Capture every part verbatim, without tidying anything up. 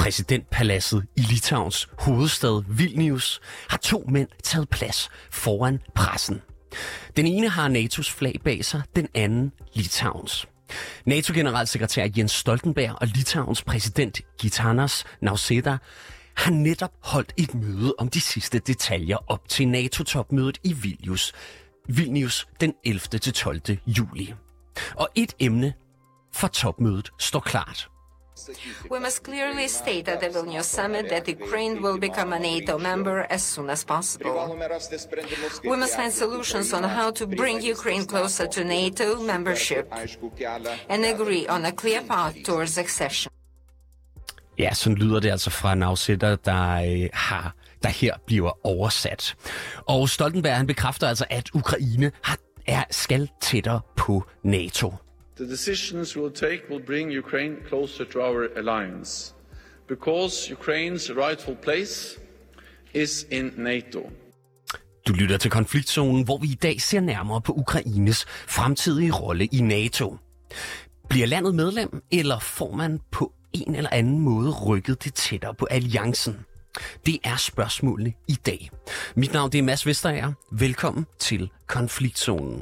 præsidentpaladset i Litauens hovedstad Vilnius har to mænd taget plads foran pressen. Den ene har N A T O's flag bag sig, den anden Litauens. NATO-generalsekretær Jens Stoltenberg og Litauens præsident Gitanas Nausėda har netop holdt et møde om de sidste detaljer op til NATO-topmødet i Vilnius, Vilnius den ellevte til tolvte juli. Og et emne for topmødet står klart. We must clearly state at the Vilnius summit that Ukraine will become a NATO member as soon as possible. We must find solutions on how to bring Ukraine closer to NATO membership and agree on a clear path towards accession. Ja, sådan lyder det altså fra Nausėda, der øh, har der her bliver oversat. Og Stoltenberg han bekræfter altså, at Ukraine har, er, skal tættere på NATO. The decisions we'll take will bring Ukraine closer to our alliance, because Ukraine's rightful place is in NATO. Du lytter til Konfliktzonen, hvor vi i dag ser nærmere på Ukraines fremtidige rolle i NATO. Bliver landet medlem, eller får man på en eller anden måde rykket det tættere på alliancen? Det er spørgsmålene i dag. Mit navn det er Mads Vesterager. Velkommen til Konfliktzonen.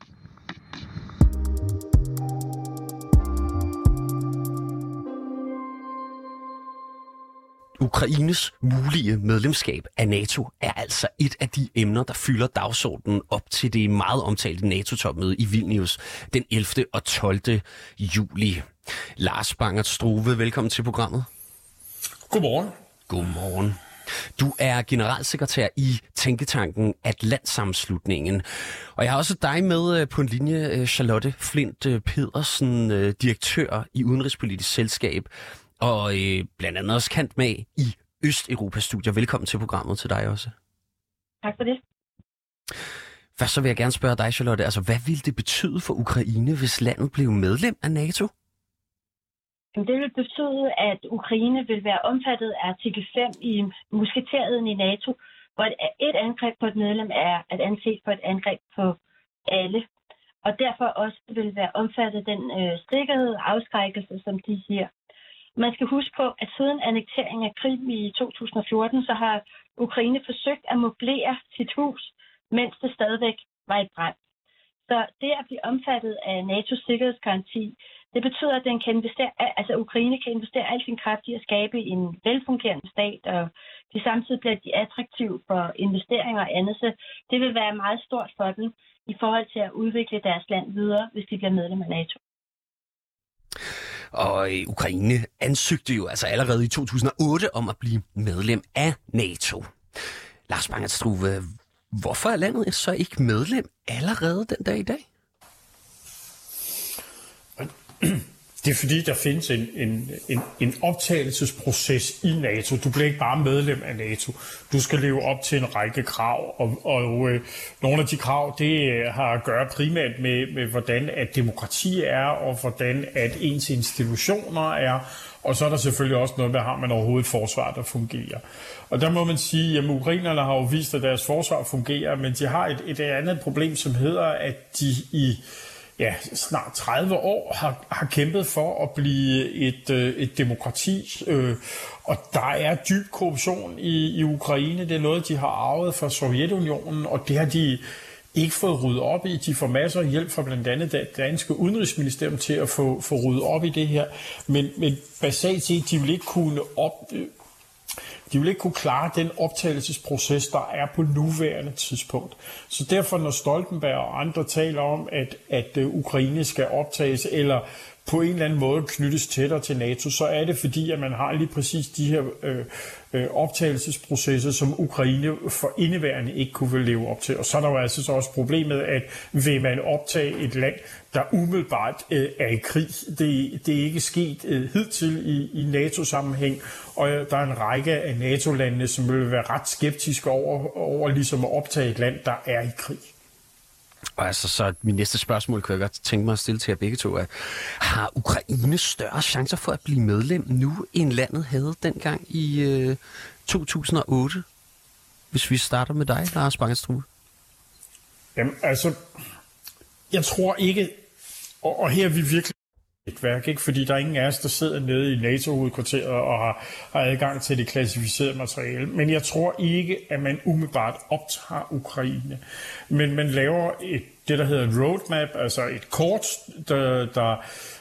Ukraines mulige medlemskab af NATO er altså et af de emner, der fylder dagsordenen op til det meget omtalte NATO-topmøde i Vilnius den ellevte og tolvte juli. Lars Bangert Struve, velkommen til programmet. Godmorgen. Godmorgen. Du er generalsekretær i tænketanken Atlantsammenslutningen. Og jeg har også dig med på en linje, Charlotte Flint Pedersen, direktør i Udenrigspolitisk Selskab, og øh, blandt andet også kendt med i Østeuropa-studier. Velkommen til programmet til dig også. Tak for det. Først så vil jeg gerne spørge dig, Charlotte, altså hvad ville det betyde for Ukraine, hvis landet blev medlem af NATO? Det vil betyde, at Ukraine vil være omfattet af artikel fem i musketereden i NATO, hvor et angreb på et medlem er at anse for et angreb på alle. Og derfor også vil være omfattet den øh, sikkerhed og afskrækkelse, som de siger. Man skal huske på, at siden annekteringen af Krim i to tusind og fjorten, så har Ukraine forsøgt at mobilere sit hus, mens det stadigvæk var i brand. Så det at blive omfattet af N A T O's sikkerhedsgaranti, det betyder, at den kan investere, altså Ukraine kan investere al sin kraft i at skabe en velfungerende stat, og de samtidig bliver de attraktive for investeringer og andet. Så det vil være meget stort for dem i forhold til at udvikle deres land videre, hvis de bliver medlem af NATO. Og Ukraine ansøgte jo altså allerede i to tusind og otte om at blive medlem af NATO. Lars Bangert Struve, hvorfor er landet så ikke medlem allerede den dag i dag? Det er fordi, der findes en, en, en, en optagelsesproces i NATO. Du bliver ikke bare medlem af NATO. Du skal leve op til en række krav, og, og øh, nogle af de krav, det har at gøre primært med, med, hvordan at demokrati er, og hvordan at ens institutioner er, og så er der selvfølgelig også noget med, har man overhovedet et forsvar, der fungerer. Og der må man sige, at ukrainerne har jo vist, at deres forsvar fungerer, men de har et, et andet problem, som hedder, at de i ja, snart tredive år har, har kæmpet for at blive et, øh, et demokrati, øh, og der er dyb korruption i, i Ukraine. Det er noget, de har arvet fra Sovjetunionen, og det har de ikke fået ryddet op i. De får masser af hjælp fra blandt andet det danske udenrigsministerium til at få, få ryddet op i det her, men, men basalt set, de vil ikke kunne op... Øh, De vil ikke kunne klare den optagelsesproces, der er på nuværende tidspunkt. Så derfor, når Stoltenberg og andre taler om, at, at Ukraine skal optages, eller på en eller anden måde knyttes tættere til NATO, så er det fordi, at man har lige præcis de her øh, øh, optagelsesprocesser, som Ukraine for indeværende ikke kunne leve op til. Og så er der jo altså så også problemet, at vil man optage et land, der umiddelbart øh, er i krig. Det, det er ikke sket øh, hidtil i, i NATO-sammenhæng, og der er en række af NATO-landene, som vil være ret skeptiske over, over ligesom at optage et land, der er i krig. Og altså, så min næste spørgsmål, kan jeg godt tænke mig at stille til jer begge to, er, har Ukraine større chancer for at blive medlem nu, end landet havde dengang i øh, to tusind og otte? Hvis vi starter med dig, Lars Bangert Struve. Jamen, altså, jeg tror ikke, og, og her er vi virkelig netværk, ikke? Fordi der er ingen af os, der sidder nede i NATO-hovedkvarteret og har, har adgang til det klassificerede materiale. Men jeg tror ikke, at man umiddelbart optager Ukraine. Men man laver et, det, der hedder en roadmap, altså et kort, der, der,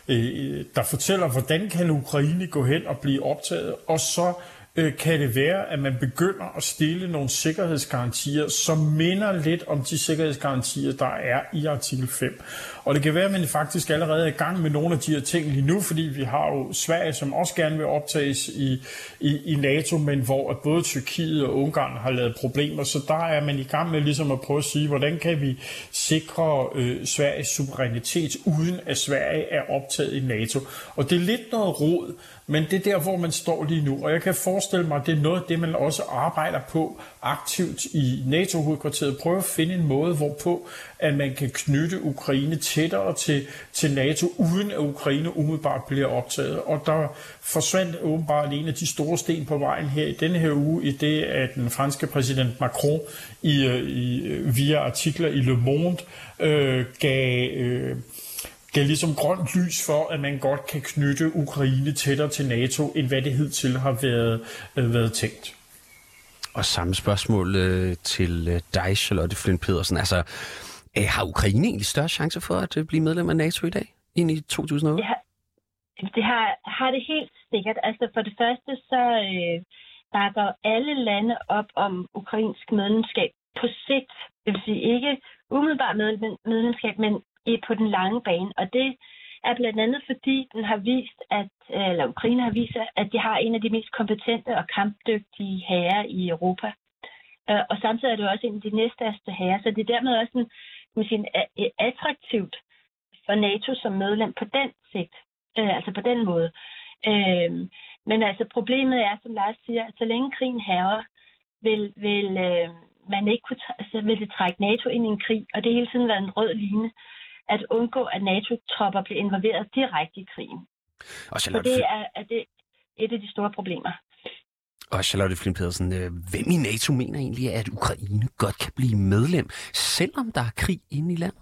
øh, der fortæller, hvordan kan Ukraine gå hen og blive optaget, og så kan det være, at man begynder at stille nogle sikkerhedsgarantier, som minder lidt om de sikkerhedsgarantier, der er i artikel fem. Og det kan være, at man faktisk allerede er i gang med nogle af de her ting lige nu, fordi vi har jo Sverige, som også gerne vil optages i, i, i NATO, men hvor både Tyrkiet og Ungarn har lavet problemer. Så der er man i gang med ligesom at prøve at sige, hvordan kan vi sikre øh, Sveriges suverænitet, uden at Sverige er optaget i NATO. Og det er lidt noget rod, men det er der, hvor man står lige nu. Og jeg kan forestille mig, at det er noget af det, man også arbejder på aktivt i NATO-hovedkvarteret. Prøve at finde en måde, hvorpå at man kan knytte Ukraine tættere til, til NATO, uden at Ukraine umiddelbart bliver optaget. Og der forsvandt åbenbart en af de store sten på vejen her i denne her uge, i det, at den franske præsident Macron i, i, via artikler i Le Monde øh, gav... Øh, gav ligesom grønt lys for, at man godt kan knytte Ukraine tættere til NATO, end hvad det hidtil har været, øh, været tænkt. Og samme spørgsmål øh, til øh, dig, Charlotte Flint Pedersen. Altså, øh, har Ukraine egentlig større chance for at øh, blive medlem af NATO i dag, ind i to tusind og otte? Det har det, har, har det helt sikkert. Altså for det første, så øh, bakker alle lande op om ukrainsk medlemskab på sigt. Det vil sige ikke umiddelbart medlemskab, men på den lange bane, og det er blandt andet fordi den har vist, at eller Ukraine har vist, at de har en af de mest kompetente og kampdygtige hære i Europa. Og samtidig er det også en af de næststørste hære, så det er dermed også en, man sige, attraktivt for NATO som medlem på den sigt, altså på den måde. Men altså problemet er, som Lars siger, at så længe krigen hærger, vil, vil man ikke kunne altså, vil det trække NATO ind i en krig, og det hele tiden været en rød linje, at undgå, at NATO-tropper bliver involveret direkte i krigen. Og så det er, er det et af de store problemer. Og Charlotte Flint Pedersen, hvem i NATO mener egentlig, at Ukraine godt kan blive medlem, selvom der er krig inde i landet?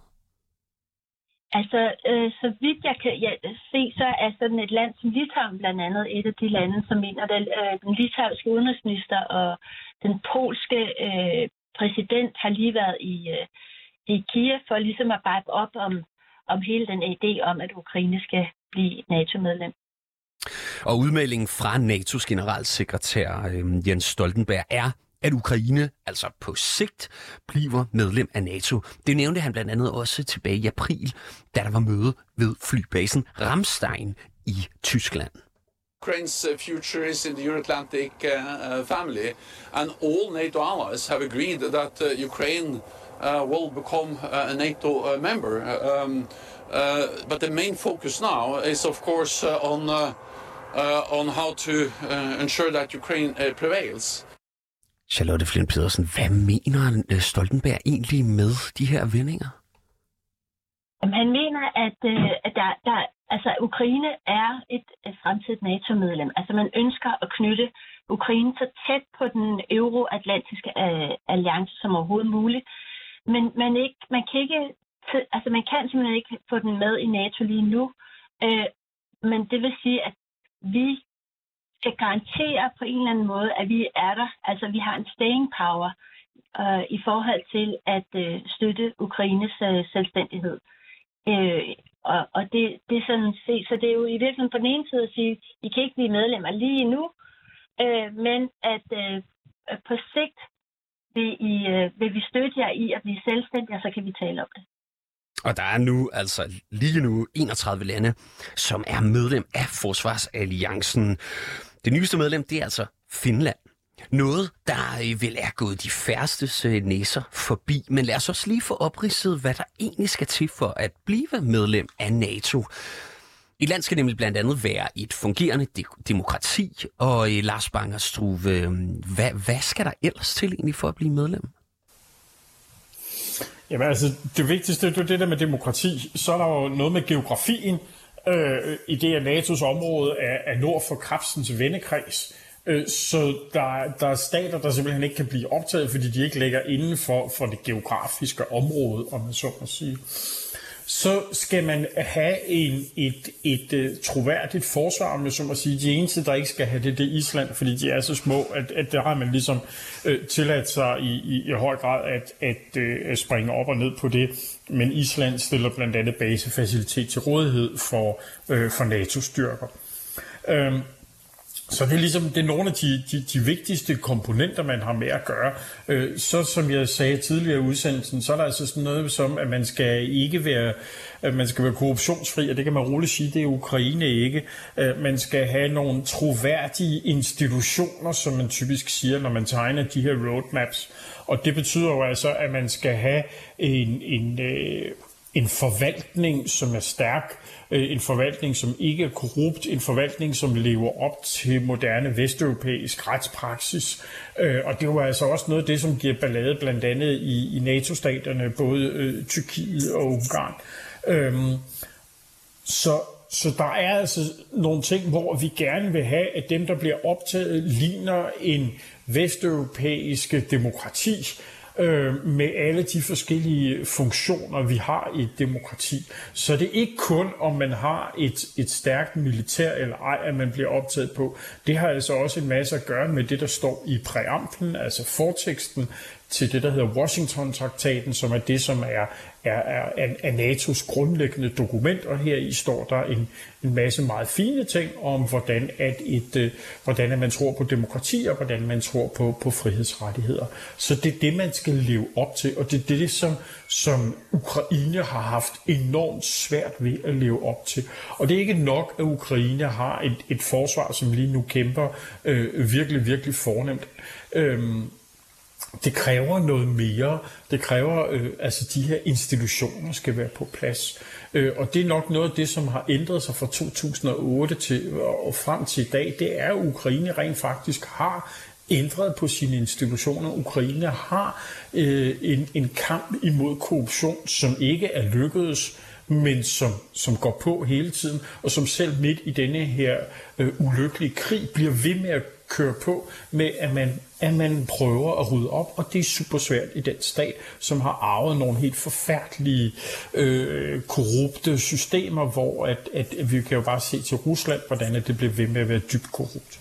Altså, øh, så vidt jeg kan ja, se, så er sådan et land som Litauen blandt andet et af de lande, som mener, at øh, den litauiske udenrigsminister og den polske øh, præsident har lige været i... Øh, i Kiev for ligesom at bakke op om, om hele den idé om, at Ukraine skal blive NATO-medlem. Og udmeldingen fra NATO's generalsekretær øh, Jens Stoltenberg er, at Ukraine altså på sigt bliver medlem af NATO. Det nævnte han blandt andet også tilbage i april, da der var møde ved flybasen Ramstein i Tyskland. Ukraine's future is in the Euro-Atlantic uh, family, and all NATO allies have agreed that uh, Ukraine Uh, will become uh, a NATO uh, member. Um, uh, but the main focus now is, of course, uh, on uh, uh, on how to uh, ensure that Ukraine uh, prevails. Charlotte Flint Pedersen, hvad mener Stoltenberg egentlig med de her vendinger? Han mener, at, øh, at der, der, altså, Ukraine er et, et fremtidigt NATO-medlem. Altså man ønsker at knytte Ukraine så tæt på den euroatlantiske øh, alliance som overhovedet muligt. Men man, ikke, man, kan ikke, altså man kan simpelthen ikke få den med i NATO lige nu. Øh, men det vil sige, at vi skal garantere på en eller anden måde, at vi er der. Altså vi har en staying power øh, i forhold til at øh, støtte Ukraines øh, selvstændighed. Øh, og og det, det er sådan set, så det er jo i virkeligheden på den ene side at sige, I kan ikke blive medlemmer lige nu, øh, men at øh, på sigt Vil, I, øh, vil vi støtte jer i at blive selvstændige, og så kan vi tale om det. Og der er nu altså lige nu enogtredive lande, som er medlem af Forsvarsalliancen. Det nyeste medlem, det er altså Finland. Noget, der vel er gået de færstes næser forbi. Men lad os også lige få opridset, hvad der egentlig skal til for at blive medlem af NATO. Et land skal nemlig blandt andet være et fungerende de- demokrati, og eh, Lars Bangerstruve, hvad, hvad skal der ellers til egentlig for at blive medlem? Jamen altså, det vigtigste det er det der med demokrati. Så er der jo noget med geografien, øh, i det at NATO's område er, er nord for Krebsens vennekreds. Øh, så der, der er stater, der simpelthen ikke kan blive optaget, fordi de ikke ligger inden for, for det geografiske område, om man så må sige. så skal man have en, et, et, et troværdigt forsvar, med som at sige, de eneste, der ikke skal have det, det er Island, fordi de er så små, at, at der har man ligesom øh, tilladt sig i, i, i høj grad at, at, øh, at springe op og ned på det. Men Island stiller blandt andet basefacilitet til rådighed for, øh, for NATO-styrker. Øhm, Så det er ligesom det er nogle af de, de, de vigtigste komponenter, man har med at gøre. Øh, så som jeg sagde tidligere i udsendelsen, så er der altså sådan noget som, at man skal ikke være, at man skal være korruptionsfri, og det kan man roligt sige, det er Ukraine ikke. Øh, man skal have nogle troværdige institutioner, som man typisk siger, når man tegner de her roadmaps. Og det betyder jo altså, at man skal have en, en, øh, en forvaltning, som er stærk, en forvaltning, som ikke er korrupt, en forvaltning, som lever op til moderne vesteuropæisk retspraksis. Og det er jo altså også noget af det, som giver ballade blandt andet i, i NATO-staterne, både øh, Tyrkiet og Ungarn. Øhm, så, så der er altså nogle ting, hvor vi gerne vil have, at dem, der bliver optaget, ligner en vesteuropæisk demokrati, med alle de forskellige funktioner, vi har i et demokrati. Så det er ikke kun, om man har et, et stærkt militær eller ej, at man bliver optaget på. Det har altså også en masse at gøre med det, der står i præamblen, altså forteksten til det, der hedder Washington-traktaten, som er det, som er, er, er, er N A T O's grundlæggende dokument, og heri står der en, en masse meget fine ting om, hvordan, at et, øh, hvordan at man tror på demokrati, og hvordan man tror på, på frihedsrettigheder. Så det er det, man skal leve op til, og det er det, som, som Ukraine har haft enormt svært ved at leve op til. Og det er ikke nok, at Ukraine har et, et forsvar, som lige nu kæmper øh, virkelig, virkelig fornemt. Øhm, Det kræver noget mere. Det kræver, øh, altså de her institutioner skal være på plads. Øh, og det er nok noget af det, som har ændret sig fra to tusind og otte til, og frem til i dag. Det er, at Ukraine rent faktisk har ændret på sine institutioner. Ukraine har øh, en, en kamp imod korruption, som ikke er lykkedes, men som, som går på hele tiden, og som selv midt i denne her øh, ulykkelige krig bliver ved med at køre på med, at man, at man prøver at rydde op, og det er super svært i den stat, som har arvet nogle helt forfærdelige øh, korrupte systemer, hvor at, at vi kan jo bare se til Rusland, hvordan det bliver ved med at være dybt korrupt.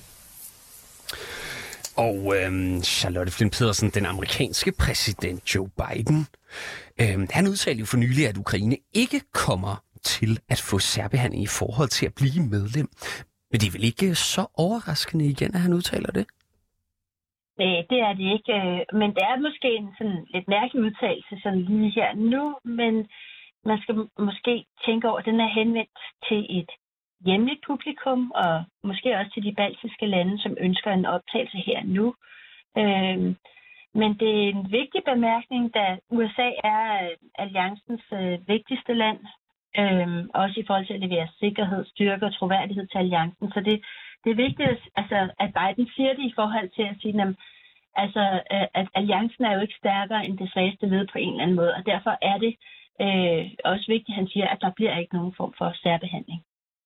Og øhm, Charlotte Flint Pedersen, den amerikanske præsident Joe Biden, øhm, han udtalte jo for nylig, at Ukraine ikke kommer til at få særbehandling i forhold til at blive medlem. Men det er vel ikke så overraskende igen, at han udtaler det? Nej, det er det ikke. Men det er måske en sådan lidt mærkelig udtalelse sådan lige her nu, men man skal måske tænke over, at den er henvendt til et hjemligt publikum, og måske også til de baltiske lande, som ønsker en optagelse her nu. Øhm, men det er en vigtig bemærkning, da U S A er alliancens øh, vigtigste land, øhm, også i forhold til at levere sikkerhed, styrke og troværdighed til alliancen. Så det, det er vigtigt, altså, at Biden siger det i forhold til at sige, at, altså, at alliancen er jo ikke stærkere end det svageste led på en eller anden måde, og derfor er det øh, også vigtigt, at han siger, at der bliver ikke nogen form for særbehandling.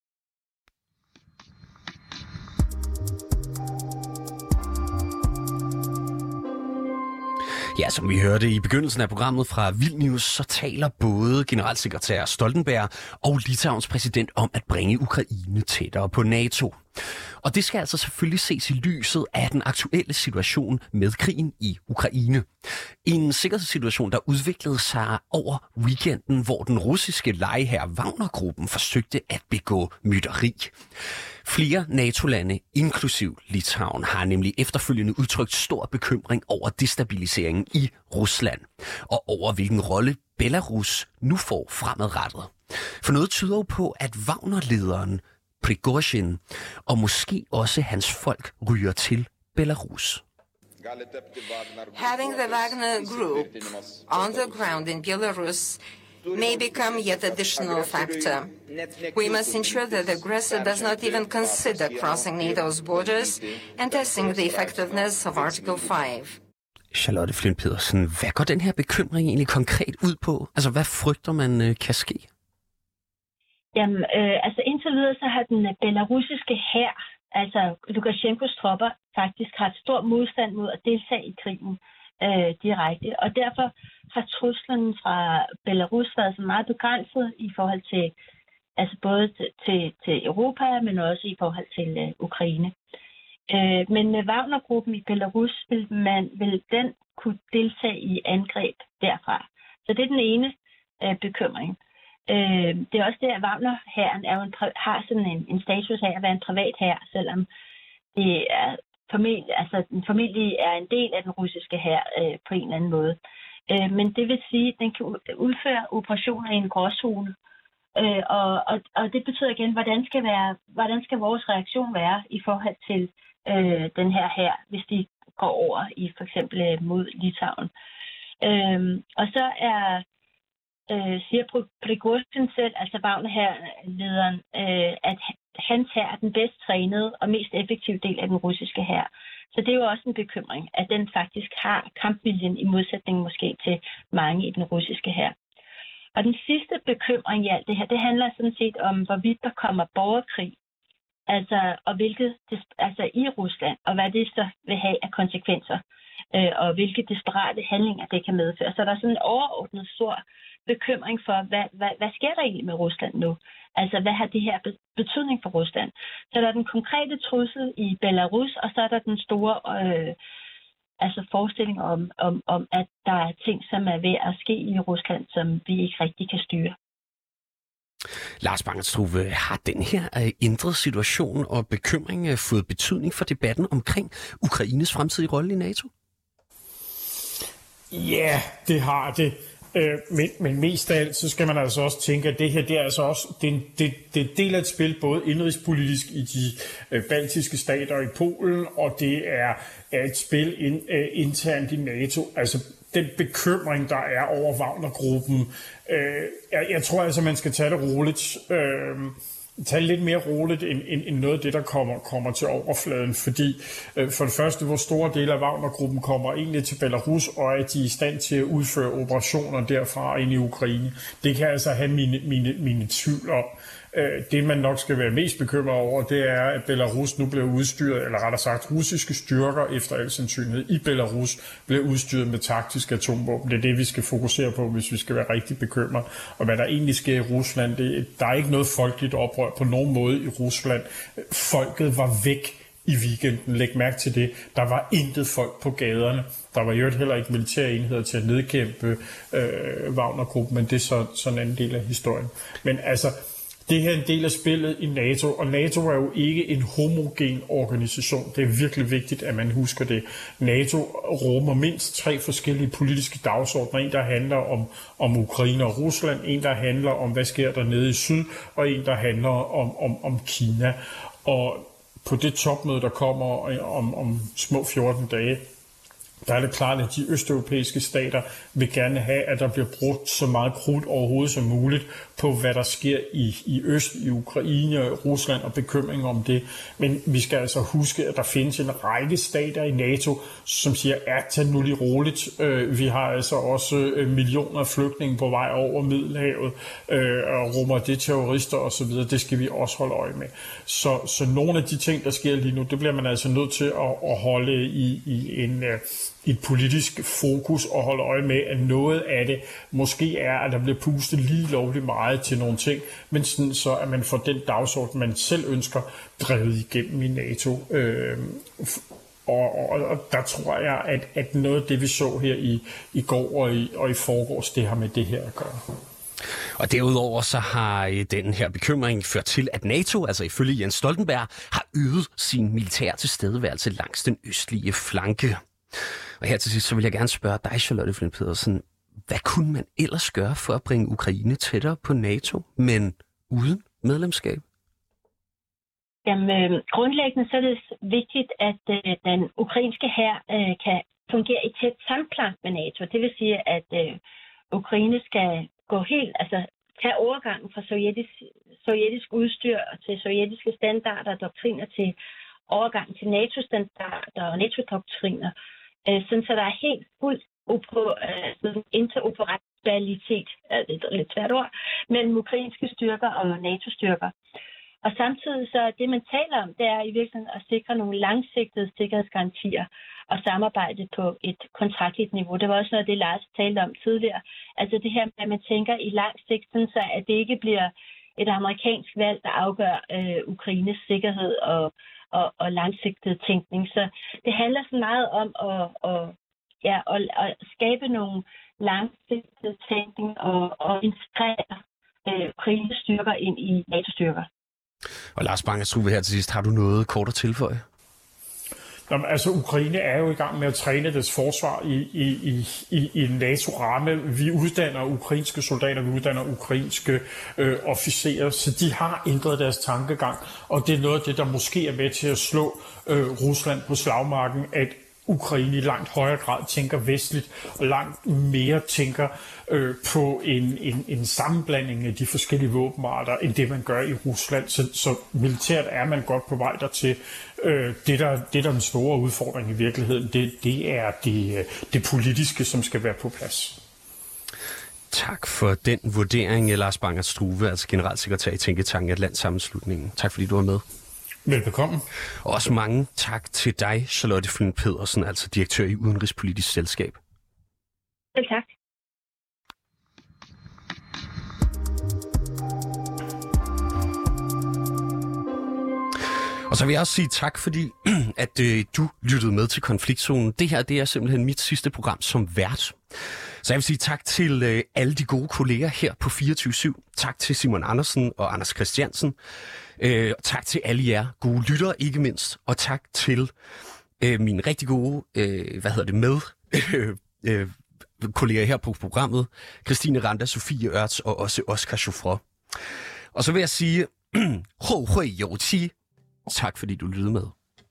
Ja, som vi hørte i begyndelsen af programmet fra Vilnius, så taler både generalsekretær Stoltenberg og Litauens præsident om at bringe Ukraine tættere på NATO. Og det skal altså selvfølgelig ses i lyset af den aktuelle situation med krigen i Ukraine. En sikkerhedssituation, der udviklede sig over weekenden, hvor den russiske lejeherre Wagner-gruppen forsøgte at begå mytteri. Flere NATO-lande, inklusiv Litauen, har nemlig efterfølgende udtrykt stor bekymring over destabiliseringen i Rusland, og over hvilken rolle Belarus nu får fremadrettet. For noget tyder jo på, at Wagner-lederen Prigozhin og måske også hans folk ryger til Belarus. Having the Wagner group on the ground in Belarus may become yet additional factor. We must ensure that the aggressor does not even consider crossing NATO's borders and testing the effectiveness of Article five. Charlotte Flint Pedersen, hvad går den her bekymring egentlig konkret ud på? Altså, hvad frygter man øh, kan ske? Jamen, øh, altså indtil videre så har den belarusiske hær, altså Lukashenkos tropper, faktisk haft stor modstand mod at deltage i krigen øh, direkte. Og derfor har truslen fra Belarus været så meget begrænset i forhold til, altså både til, til, til Europa, men også i forhold til uh, Ukraine. Uh, men med Wagner-gruppen i Belarus vil, man, vil den kunne deltage i angreb derfra. Så det er den ene uh, bekymring. Uh, det er også det, at Wagner-hæren er jo en, har sådan en, en status af at være en privat hær, selvom det er familie, altså den familie er en del af den russiske hær uh, på en eller anden måde. Uh, men det vil sige, at den kan udføre operationer i en gråzone. Uh, og, og, og det betyder igen, hvordan skal, være, hvordan skal vores reaktion være i forhold til uh, den her hær, hvis de går over i for eksempel uh, mod Litauen. Uh, og så er Øh, siger Prigozhin selv, altså Wagner-hær-lederen, øh, at hans hær er den bedst trænede og mest effektive del af den russiske hær. Så det er jo også en bekymring, at den faktisk har kampviljen i modsætning måske til mange i den russiske hær. Og den sidste bekymring i alt det her, det handler sådan set om, hvorvidt der kommer borgerkrig, altså, og hvilket, altså i Rusland, og hvad det så vil have af konsekvenser, øh, og hvilke desperate handlinger det kan medføre. Så der er sådan en overordnet stor bekymring for, hvad, hvad, hvad sker der egentlig med Rusland nu? Altså, hvad har det her betydning for Rusland? Så der er den konkrete trussel i Belarus, og så er der den store øh, altså forestilling om, om, om, at der er ting, som er ved at ske i Rusland, som vi ikke rigtig kan styre. Lars Bangerstrup, har den her ændrede situation og bekymring fået betydning for debatten omkring Ukraines fremtidige rolle i NATO? Ja, det har det. Øh, men, men mest af alt, så skal man altså også tænke, at det her, det er altså også, det er en, det, det er en del af et spil, både indrigspolitisk i de øh, baltiske stater i Polen, og det er, er et spil in, øh, internt i NATO. Altså, den bekymring, der er over Wagner-gruppen, øh, jeg, jeg tror altså, man skal tage det roligt, øh, tage lidt mere roligt end, end, end noget af det, der kommer, kommer til overfladen, fordi øh, for det første, hvor store dele af Wagner-gruppen kommer egentlig til Belarus, og at de er i stand til at udføre operationer derfra ind i Ukraine. Det kan altså have mine, mine, mine tvivl om. Øh, det, man nok skal være mest bekymret over, det er, at Belarus nu bliver udstyret, eller rettere sagt, russiske styrker efter al sandsynlighed i Belarus bliver udstyret med taktiske atomvåben. Det er det, vi skal fokusere på, hvis vi skal være rigtig bekymret. Og hvad der egentlig sker i Rusland, det, der er ikke noget folkeligt oprør på nogen måde i Rusland. Folket var væk i weekenden. Læg mærke til det. Der var intet folk på gaderne. Der var jo heller ikke militære enheder til at nedkæmpe øh, Wagner-gruppen, men det er så sådan en anden del af historien. Men altså, det her er en del af spillet i NATO, og NATO er jo ikke en homogen organisation. Det er virkelig vigtigt, at man husker det. NATO rummer mindst tre forskellige politiske dagsordner. En, der handler om, om Ukraine og Rusland, en, der handler om, hvad sker der nede i syd, og en, der handler om, om, om Kina. Og på det topmøde, der kommer om, om små fjorten dage, der er det klart, at de østeuropæiske stater vil gerne have, at der bliver brugt så meget krudt overhovedet som muligt på, hvad der sker i, i øst, i Ukraine og Rusland, og bekymring om det. Men vi skal altså huske, at der findes en række stater i NATO, som siger, at tag nu lige roligt. Vi har altså også millioner af flygtninge på vej over Middelhavet, og rummer det terrorister osv. Det skal vi også holde øje med. Så, så nogle af de ting, der sker lige nu, det bliver man altså nødt til at, at holde i, i en... et politisk fokus og holde øje med, at noget af det måske er, at der bliver pustet lige lovligt meget til nogle ting, men sådan så, at man får den dagsorden, man selv ønsker, drevet igennem i NATO. Øh, og, og, og der tror jeg, at, at noget af det, vi så her i, i går og i, og i forgårs, det har med det her at gøre. Og derudover så har den her bekymring ført til, at NATO, altså ifølge Jens Stoltenberg, har øget sin militære tilstedeværelse langs den østlige flanke. Og her til sidst, så vil jeg gerne spørge dig, Charlotte Flint Pedersen, hvad kunne man ellers gøre for at bringe Ukraine tættere på NATO, men uden medlemskab? Jamen, grundlæggende så er det vigtigt, at øh, den ukrainske hær øh, kan fungere i tæt samklang med NATO. Det vil sige, at øh, Ukraine skal gå helt, altså tage overgangen fra sovjetisk, sovjetisk udstyr til sovjetiske standarder og doktriner til overgang til NATO-standarder og NATO-doktriner, øh, sådan så der er helt fuldt øh, interoperabilitet, det er lidt svært ord, mellem ukrainske styrker og NATO-styrker. Og samtidig så det, man taler om, det er i virkeligheden at sikre nogle langsigtede sikkerhedsgarantier og samarbejde på et kontraktligt niveau. Det var også noget af det, Lars talte om tidligere. Altså det her med, at man tænker i lang sigt, så at det ikke bliver et amerikansk valg, der afgør øh, Ukraines sikkerhed og, og, og langsigtet tænkning. Så det handler så meget om at, at, ja, at, at skabe nogle langsigtede tænkning og, og integrere øh, Ukraines styrker ind i NATO-styrker. Og Lars Bang-Struve her til sidst, har du noget kort at tilføje? Jamen, altså, Ukraine er jo i gang med at træne dets forsvar i, i, i, i en NATO-ramme. Vi uddanner ukrainske soldater, vi uddanner ukrainske øh, officerer, så de har ændret deres tankegang. Og det er noget af det, der måske er med til at slå øh, Rusland på slagmarken, at Ukraine i langt højere grad tænker vestligt og langt mere tænker øh, på en, en, en sammenblanding af de forskellige våbenarter, end det man gør i Rusland. Så, så militært er man godt på vej dertil. Øh, det, der, det, der er den store udfordring i virkeligheden, det, det er det, det politiske, som skal være på plads. Tak for den vurdering, Lars Bang-Struve, altså generalsekretær i Tænketanken Atlantsammenslutningen. Tak fordi du var med. Velbekomme. Og også mange tak til dig, Charlotte Flynn Pedersen, altså direktør i Udenrigspolitisk Selskab. Selv tak. Og så vil jeg også sige tak, fordi at øh, du lyttede med til Konfliktzonen. Det her, det er simpelthen mit sidste program som vært. Så jeg vil sige tak til øh, alle de gode kolleger her på fireogtyve syv. Tak til Simon Andersen og Anders Christiansen. Øh, tak til alle jer gode lyttere, ikke mindst. Og tak til øh, mine rigtig gode, øh, hvad hedder det, med øh, øh, kolleger her på programmet. Christine Randa, Sofie Ørts og også Oscar Chauffre. Og så vil jeg sige, ho, ho, jo, ti. Tak fordi du lyttede med.